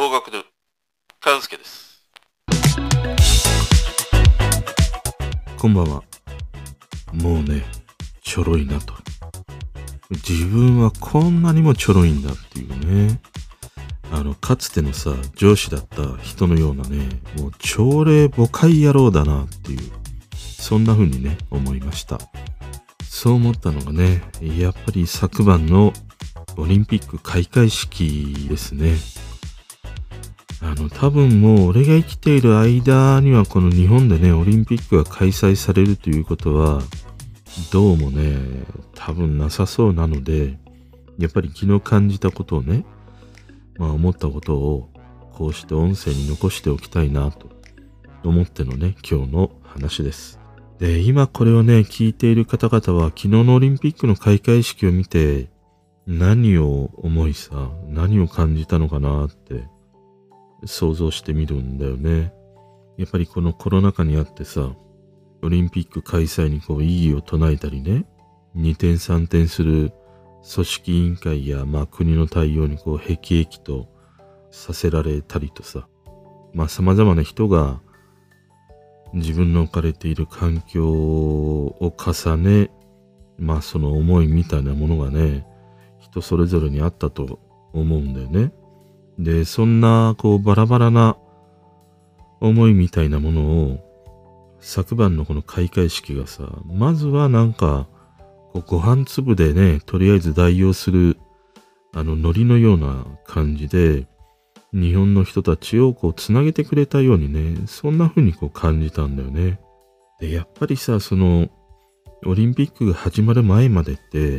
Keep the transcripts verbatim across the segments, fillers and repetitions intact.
法学部和介です。 こんばんは。もうね、ちょろいなと。自分はこんなにもちょろいんだっていうね。あの、かつてのさ、上司だった人のようなね、もう朝礼誤解野郎だなっていう、そんな風にね、思いました。そう思ったのがね、やっぱり昨晩のオリンピック開会式ですね。あの、多分もう俺が生きている間にはこの日本でね、オリンピックが開催されるということは、どうもね、多分なさそうなので、やっぱり昨日感じたことをね、まあ思ったことをこうして音声に残しておきたいなと思ってのね、今日の話です。で、今これをね、聞いている方々は昨日のオリンピックの開会式を見て、何を思いさ、何を感じたのかなって想像してみるんだよね。やっぱりこのコロナ禍にあってさ、オリンピック開催にこう異議を唱えたりね、二転三転する組織委員会やまあ国の対応にこう辟易とさせられたりとさ、まあ様々な人が自分の置かれている環境を重ね、まあその思いみたいなものがね、人それぞれにあったと思うんだよね。で、そんなこうバラバラな思いみたいなものを昨晩のこの開会式がさ、まずはなんかこうご飯粒でね、とりあえず代用するあのノリのような感じで日本の人たちをこうつなげてくれたようにね、そんな風にこう感じたんだよね。で、やっぱりさ、そのオリンピックが始まる前までって、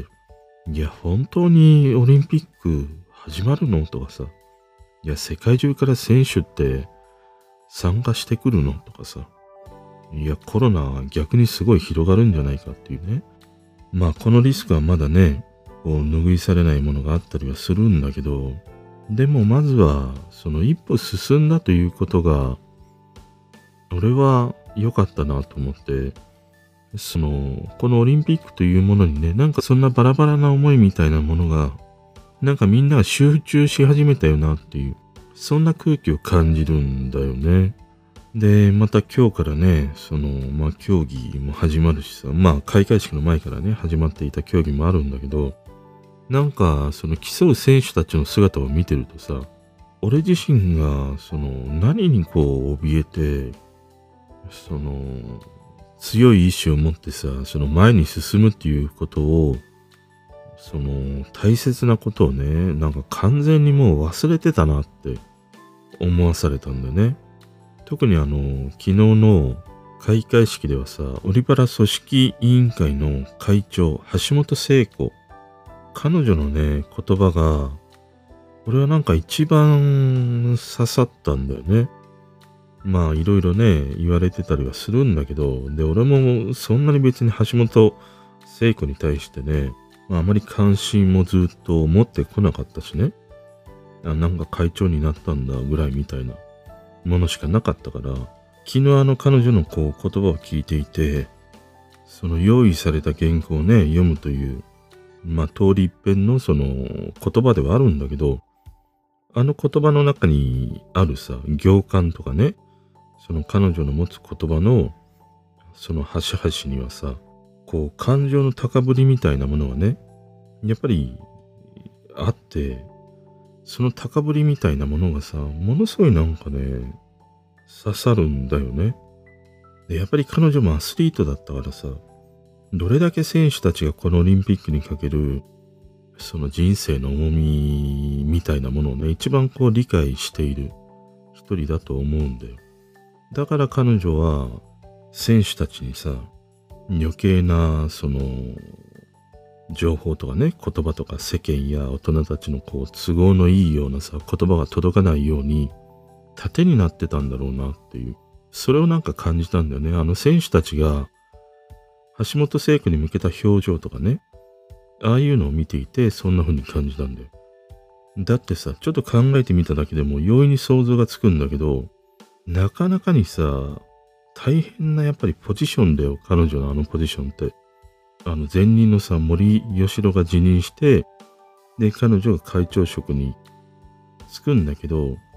いや本当にオリンピック始まるのとかさ、いや世界中から選手って参加してくるのとかさ、いやコロナは逆にすごい広がるんじゃないかっていうね。まあこのリスクはまだね、こう拭いされないものがあったりはするんだけど、でもまずはその一歩進んだということが俺は良かったなと思って、そのこのオリンピックというものにね、なんかそんなバラバラな思いみたいなものがなんかみんなが集中し始めたよなっていう、そんな空気を感じるんだよね。で、また今日からね、そのまあ競技も始まるしさ、まあ開会式の前からね始まっていた競技もあるんだけど、なんかその競う選手たちの姿を見てるとさ、俺自身がその何にこう怯えて、その強い意志を持ってさ、その前に進むっていうことを、その大切なことをね、なんか完全にもう忘れてたなって思わされたんだよね。特にあの昨日の開会式ではさ、オリパラ組織委員会の会長橋本聖子、彼女のね言葉が俺はなんか一番刺さったんだよね。まあいろいろね言われてたりはするんだけど、で俺もそんなに別に橋本聖子に対してね、まあ、あまり関心もずっと持ってこなかったしね、あ、なんか会長になったんだぐらいみたいなものしかなかったから、昨日あの彼女のこう言葉を聞いていて、その用意された原稿をね読むという、まあ通り一遍のその言葉ではあるんだけど、あの言葉の中にあるさ行間とかね、その彼女の持つ言葉のその端々にはさ、こう感情の高ぶりみたいなものがね、やっぱりあって、その高ぶりみたいなものがさ、ものすごいなんかね刺さるんだよね。で、やっぱり彼女もアスリートだったからさ、どれだけ選手たちがこのオリンピックにかけるその人生の重みみたいなものをね、一番こう理解している一人だと思うんだよ。だから彼女は選手たちにさ、余計なその情報とかね、言葉とか世間や大人たちのこう都合のいいようなさ言葉が届かないように盾になってたんだろうなっていう、それをなんか感じたんだよね。あの選手たちが橋本聖子に向けた表情とかね、ああいうのを見ていてそんな風に感じたんだよ。だってさ、ちょっと考えてみただけでも容易に想像がつくんだけど、なかなかにさ大変なやっぱりポジションだよ、彼女のあのポジションって。あの前任のさ森喜朗が辞任して、で彼女が会長職に就くんだけど、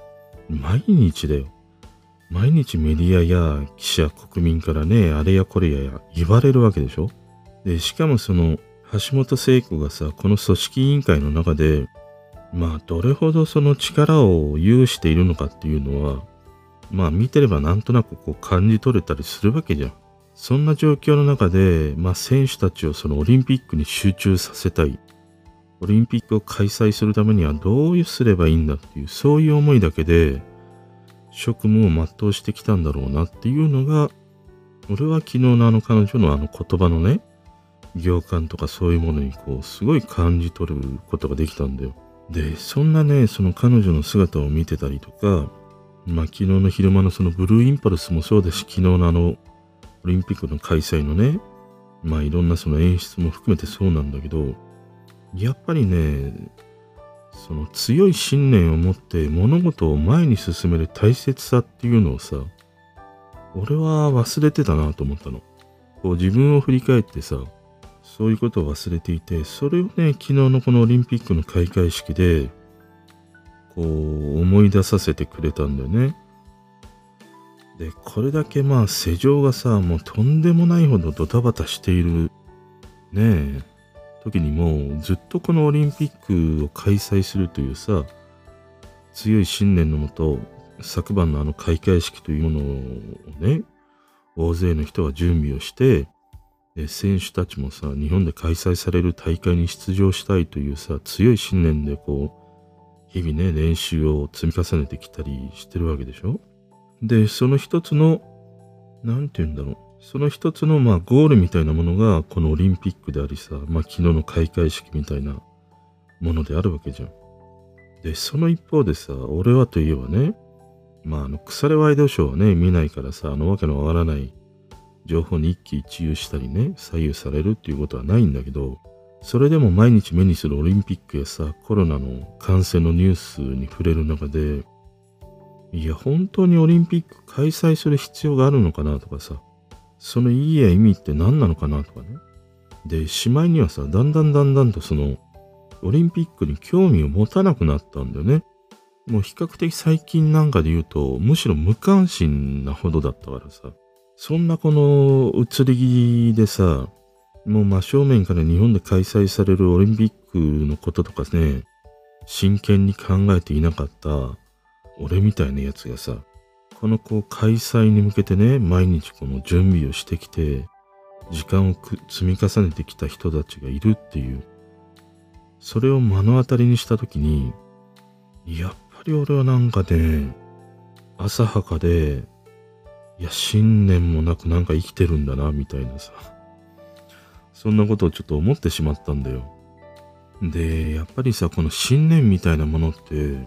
毎日だよ。毎日メディアや記者、国民からね、あれやこれや言われるわけでしょ。で、しかもその、橋本聖子がさ、この組織委員会の中で、まあ、どれほどその力を有しているのかっていうのは、まあ、見てればなんとなくこう感じ取れたりするわけじゃん。そんな状況の中で、まあ、選手たちをそのオリンピックに集中させたい。オリンピックを開催するためにはどうすればいいんだっていう、そういう思いだけで、職務を全うしてきたんだろうなっていうのが、俺は昨日のあの彼女のあの言葉のね、行間とかそういうものにこう、すごい感じ取ることができたんだよ。で、そんなね、その彼女の姿を見てたりとか、まあ昨日の昼間のそのブルーインパルスもそうだし、昨日のあの、オリンピックの開催のね、まあいろんなその演出も含めてそうなんだけど、やっぱりね、その強い信念を持って物事を前に進める大切さっていうのをさ、俺は忘れてたなと思ったの。こう自分を振り返ってさ、そういうことを忘れていて、それをね、昨日のこのオリンピックの開会式で、こう思い出させてくれたんだよね。で、これだけまあ世情がさ、もうとんでもないほどドタバタしている、ねえ、時にもずっとこのオリンピックを開催するというさ、強い信念のもと、昨晩のあの開会式というものをね、大勢の人が準備をして、で選手たちもさ、日本で開催される大会に出場したいというさ、強い信念でこう、日々ね、練習を積み重ねてきたりしてるわけでしょ。で、その一つの、なんて言うんだろう。その一つのまあゴールみたいなものがこのオリンピックでありさ、まあ昨日の開会式みたいなものであるわけじゃん。で、その一方でさ、俺はといえばね、まああの腐れワイドショーはね、見ないからさ、あのわけのわからない情報に一喜一憂したりね、左右されるっていうことはないんだけど、それでも毎日目にするオリンピックやさ、コロナの感染のニュースに触れる中で、いや、本当にオリンピック開催する必要があるのかなとかさ、その意義や意味って何なのかなとかね。で、しまいにはさ、だんだんだんだんとその、オリンピックに興味を持たなくなったんだよね。もう比較的最近なんかで言うと、むしろ無関心なほどだったからさ、そんなこの移り気でさ、もう真正面から日本で開催されるオリンピックのこととかね、真剣に考えていなかった俺みたいなやつがさ、このこう開催に向けてね、毎日この準備をしてきて、時間をく積み重ねてきた人たちがいるっていう、それを目の当たりにしたときに、やっぱり俺はなんかね、浅はかで、いや、信念もなくなんか生きてるんだな、みたいなさ。そんなことをちょっと思ってしまったんだよ。で、やっぱりさ、この信念みたいなものって、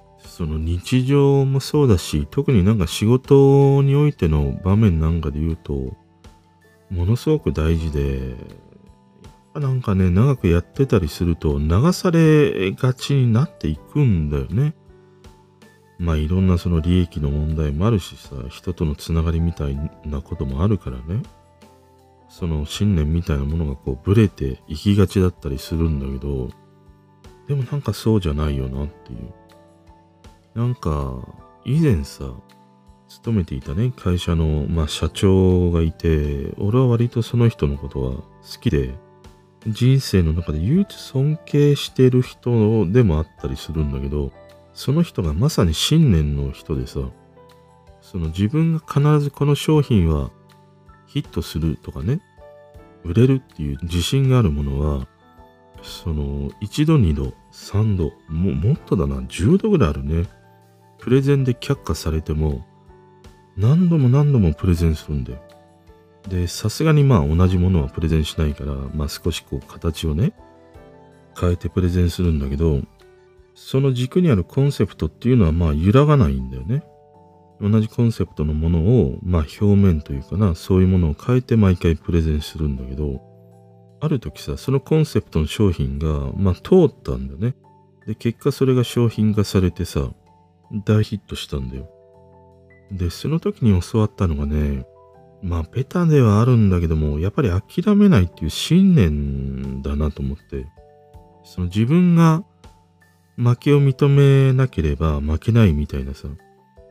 その日常もそうだし、特になんか仕事においての場面なんかで言うと、ものすごく大事で、やっぱなんかね、長くやってたりすると流されがちになっていくんだよね。まあいろんなその利益の問題もあるしさ、人とのつながりみたいなこともあるからね。その信念みたいなものがこうブレていきがちだったりするんだけど、でもなんかそうじゃないよなっていう。なんか以前さ、勤めていたね、会社の、まあ、社長がいて、俺は割とその人のことは好きで、人生の中で唯一尊敬している人でもあったりするんだけど、その人がまさに信念の人でさ、その自分が必ずこの商品はヒットするとかね、売れるっていう自信があるものは、その一度二度三度、ももっとだな、十度ぐらいあるね。プレゼンで却下されても、何度も何度もプレゼンするんだよ。で、さすがにまあ同じものはプレゼンしないから、まあ少しこう形をね、変えてプレゼンするんだけど、その軸にあるコンセプトっていうのはまあ揺らがないんだよね。同じコンセプトのものを、まあ表面というかな、そういうものを変えて毎回プレゼンするんだけど、ある時さ、そのコンセプトの商品が、まあ通ったんだよね。で、結果それが商品化されてさ、大ヒットしたんだよ。で、その時に教わったのがね、まあ、ベタではあるんだけども、やっぱり諦めないっていう信念だなと思って、その自分が負けを認めなければ負けないみたいなさ、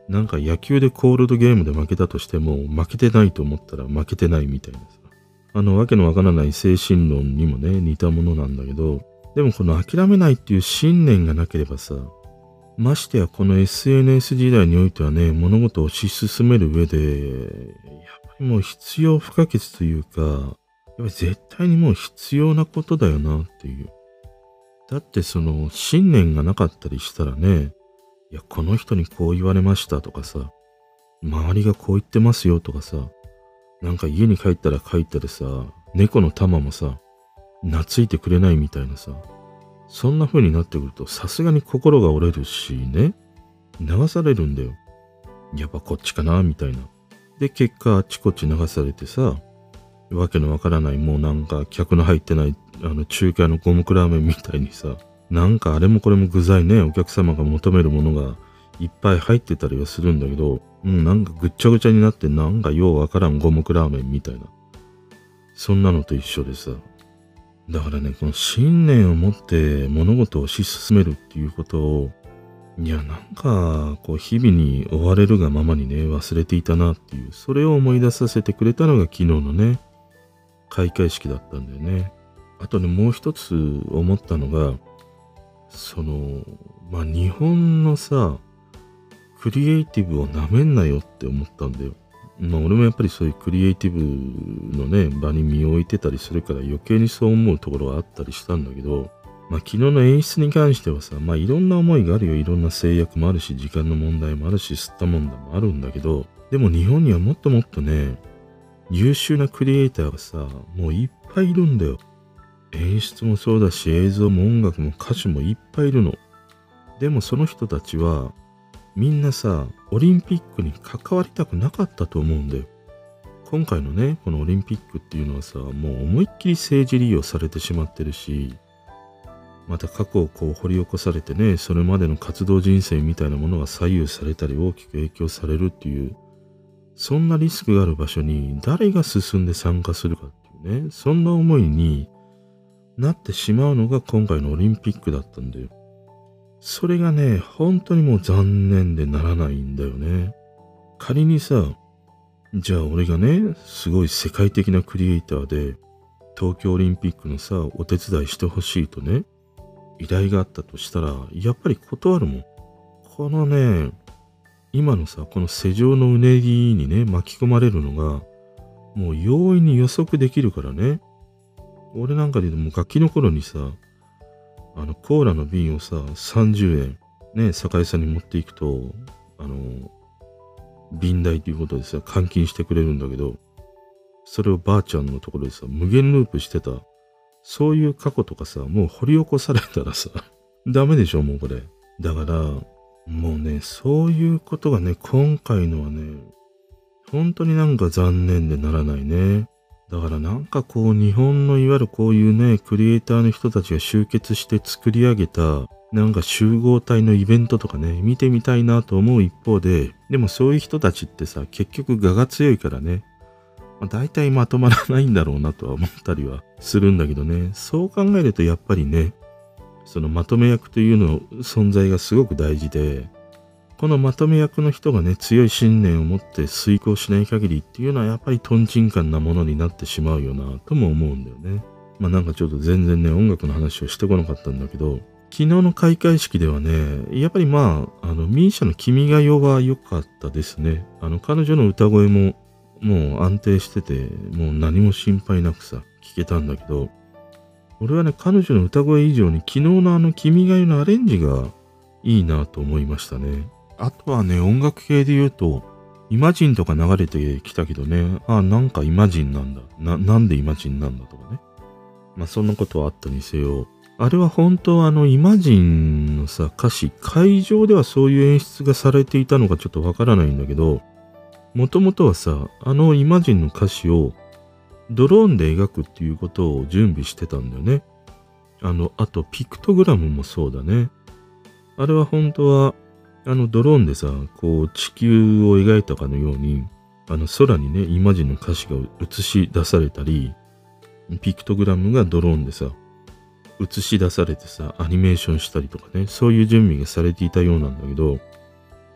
なんか野球でコールドゲームで負けたとしても、負けてないと思ったら負けてないみたいなさ。あの、わけのわからない精神論にもね、似たものなんだけど、でもこの諦めないっていう信念がなければさ、ましてやこの エスエヌエス 時代においてはね、物事を推し進める上で、やっぱりもう必要不可欠というか、やっぱり絶対にもう必要なことだよなっていう。だってその信念がなかったりしたらね、いや、この人にこう言われましたとかさ、周りがこう言ってますよとかさ、なんか家に帰ったら帰ったでさ、猫の玉もさ、懐いてくれないみたいなさ、そんな風になってくるとさすがに心が折れるしね、流されるんだよ。やっぱこっちかなみたいな。で、結果あっちこっち流されてさ、わけのわからないもうなんか客の入ってないあの中華の五目ラーメンみたいにさ、なんかあれもこれも具材ね、お客様が求めるものがいっぱい入ってたりはするんだけど、うん、なんかぐっちゃぐちゃになってなんかようわからん五目ラーメンみたいな。そんなのと一緒でさ。だからね、この信念を持って物事を推し進めるっていうことを、いや、なんか、こう日々に追われるがままにね、忘れていたなっていう、それを思い出させてくれたのが昨日のね、開会式だったんだよね。あとね、もう一つ思ったのが、その、まあ、日本のさ、クリエイティブをなめんなよって思ったんだよ。まあ俺もやっぱりそういうクリエイティブのね、場に身を置いてたりするから余計にそう思うところがあったりしたんだけど、まあ昨日の演出に関してはさ、まあいろんな思いがあるよ。いろんな制約もあるし、時間の問題もあるし、吸った問題もあるんだけど、でも日本にはもっともっとね、優秀なクリエイターがさ、もういっぱいいるんだよ。演出もそうだし、映像も音楽も歌手もいっぱいいるの。でもその人たちは、みんなさ、オリンピックに関わりたくなかったと思うんだよ。今回のね、このオリンピックっていうのはさ、もう思いっきり政治利用されてしまってるし、また過去をこう掘り起こされてね、それまでの活動人生みたいなものが左右されたり大きく影響されるっていう、そんなリスクがある場所に誰が進んで参加するかっていうね、そんな思いになってしまうのが今回のオリンピックだったんだよ。それがね、本当にもう残念でならないんだよね。仮にさ、じゃあ俺がね、すごい世界的なクリエイターで、東京オリンピックのさ、お手伝いしてほしいとね、依頼があったとしたら、やっぱり断るもん。このね、今のさ、この世情のうねりにね、巻き込まれるのが、もう容易に予測できるからね。俺なんかでもガキの頃にさ、あの、コーラの瓶をさ、さんじゅうえん、ね、酒井さんに持っていくと、あの、瓶代ということでさ、換金してくれるんだけど、それをばあちゃんのところでさ、無限ループしてた、そういう過去とかさ、もう掘り起こされたらさ、ダメでしょ、もうこれ。だから、もうね、そういうことがね、今回のはね、本当になんか残念でならないね。だからなんかこう日本のいわゆるこういうね、クリエイターの人たちが集結して作り上げた、なんか集合体のイベントとかね、見てみたいなと思う一方で、でもそういう人たちってさ、結局我が強いからね、まあ、大体まとまらないんだろうなとは思ったりはするんだけどね、そう考えるとやっぱりね、そのまとめ役というの存在がすごく大事で、このまとめ役の人がね、強い信念を持って遂行しない限りっていうのはやっぱりトンチンカンなものになってしまうよなとも思うんだよね。まあなんかちょっと全然ね、音楽の話をしてこなかったんだけど、昨日の開会式ではね、やっぱりまあ、あの、ミーシャの君が代は良かったですね。あの、彼女の歌声ももう安定してて、もう何も心配なくさ、聞けたんだけど、俺はね、彼女の歌声以上に昨日のあの君が代のアレンジがいいなと思いましたね。あとはね、音楽系で言うと、イマジンとか流れてきたけどね、あ、なんかイマジンなんだ。な、なんでイマジンなんだとかね。まあそんなことはあったにせよ、あれは本当はあのイマジンのさ、歌詞、会場ではそういう演出がされていたのかちょっとわからないんだけど、もともとはさ、あのイマジンの歌詞をドローンで描くっていうことを準備してたんだよね。あの、あとピクトグラムもそうだね。あれは本当は、あのドローンでさ、こう地球を描いたかのように、あの空にね、イマジンの歌詞が映し出されたり、ピクトグラムがドローンでさ、映し出されてさ、アニメーションしたりとかね、そういう準備がされていたようなんだけど、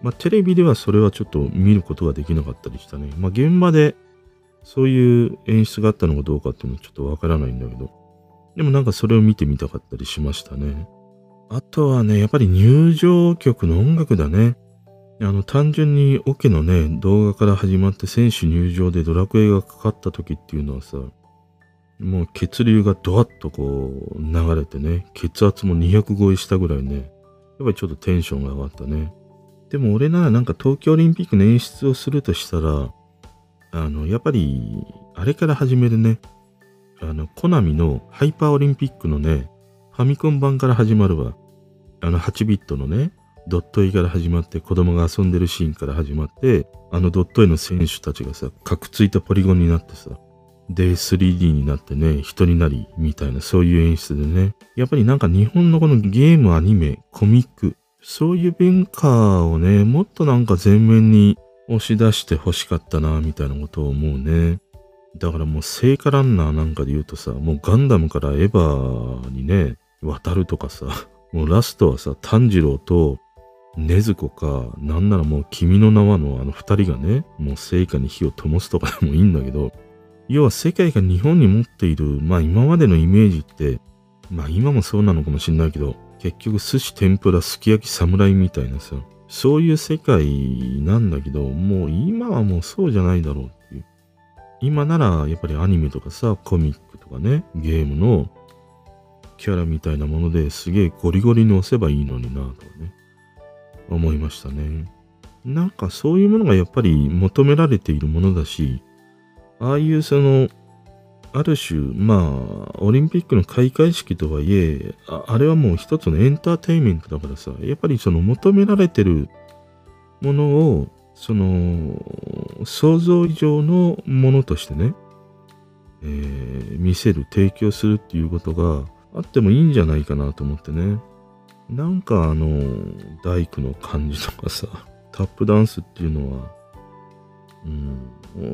まあテレビではそれはちょっと見ることができなかったりしたね。まあ現場でそういう演出があったのかどうかっていうのはちょっとわからないんだけど、でもなんかそれを見てみたかったりしましたね。あとはね、やっぱり入場曲の音楽だね。あの、単純にオケのね、動画から始まって選手入場でドラクエがかかった時っていうのはさ、もう血流がドワッとこう流れてね、血圧もにひゃく超えしたぐらいね、やっぱりちょっとテンションが上がったね。でも俺ならなんか東京オリンピックの演出をするとしたら、あの、やっぱり、あれから始めるね、あの、コナミのハイパーオリンピックのね、ファミコン版から始まるわ。あのはちビットのね、ドット絵から始まって子供が遊んでるシーンから始まって、あのドット絵の選手たちがさ、かくついたポリゴンになってさ、で、スリーディー になってね、人になり、みたいなそういう演出でね。やっぱりなんか日本のこのゲーム、アニメ、コミック、そういう文化をね、もっとなんか前面に押し出して欲しかったな、みたいなことを思うね。だからもう聖火ランナーなんかで言うとさ、もうガンダムからエヴァにね、渡るとかさ、もうラストはさ、炭治郎と禰豆子か、なんならもう君の名はのあの二人がね、もう聖火に火を灯すとかでもいいんだけど、要は世界が日本に持っている、まあ今までのイメージって、まあ今もそうなのかもしれないけど、結局寿司、天ぷら、すき焼き、侍みたいなさ、そういう世界なんだけど、もう今はもうそうじゃないだろうっていう。今ならやっぱりアニメとかさ、コミックとかね、ゲームのキャラみたいなものですげえゴリゴリに押せばいいのになとかね、思いましたね。なんかそういうものがやっぱり求められているものだし、ああいうその、ある種、まあ、オリンピックの開会式とはいえ、あ、あれはもう一つのエンターテインメントだからさ、やっぱりその求められてるものを、その、想像以上のものとしてね、えー、見せる、提供するっていうことがあってもいいんじゃないかなと思ってね。なんかあの、大工の感じとかさ、タップダンスっていうのは、うん、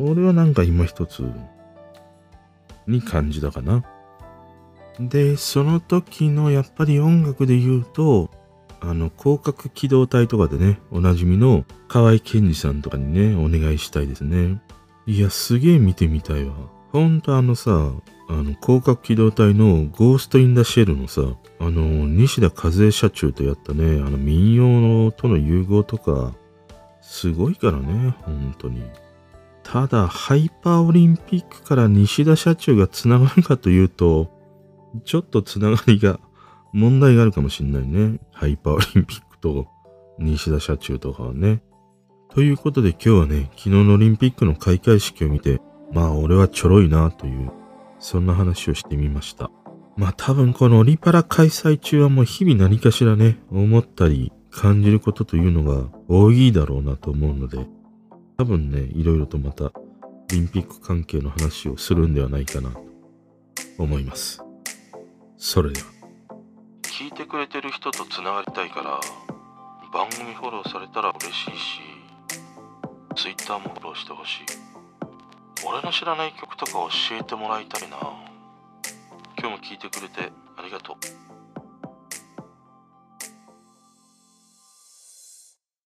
俺はなんか今一つに感じだかな。で、その時のやっぱり音楽で言うと、あの、広角機動隊とかでね、おなじみの河合健二さんとかにね、お願いしたいですね。いや、すげえ見てみたいわ。ほんとあのさ、あの、広角機動隊のゴースト・イン・ダ・シェルのさ、あの、西田和恵社長とやったね、あの民謡のとの融合とか、すごいからね、本当に。ただ、ハイパーオリンピックから西田社長がつながるかというと、ちょっとつながりが、問題があるかもしんないね。ハイパーオリンピックと西田社長とかはね。ということで今日はね、昨日のオリンピックの開会式を見て、まあ俺はちょろいなという、そんな話をしてみました。まあ多分このオリパラ開催中はもう日々何かしらね、思ったり感じることというのが多いだろうなと思うので、多分ね、いろいろとまたオリンピック関係の話をするんではないかなと思います。それでは。 聞いてくれてる人とつながりたいから番組フォローされたら嬉しいし、 Twitter もフォローしてほしい。俺の知らない曲とか教えてもらいたいな。今日も聞いてくれてありがとう。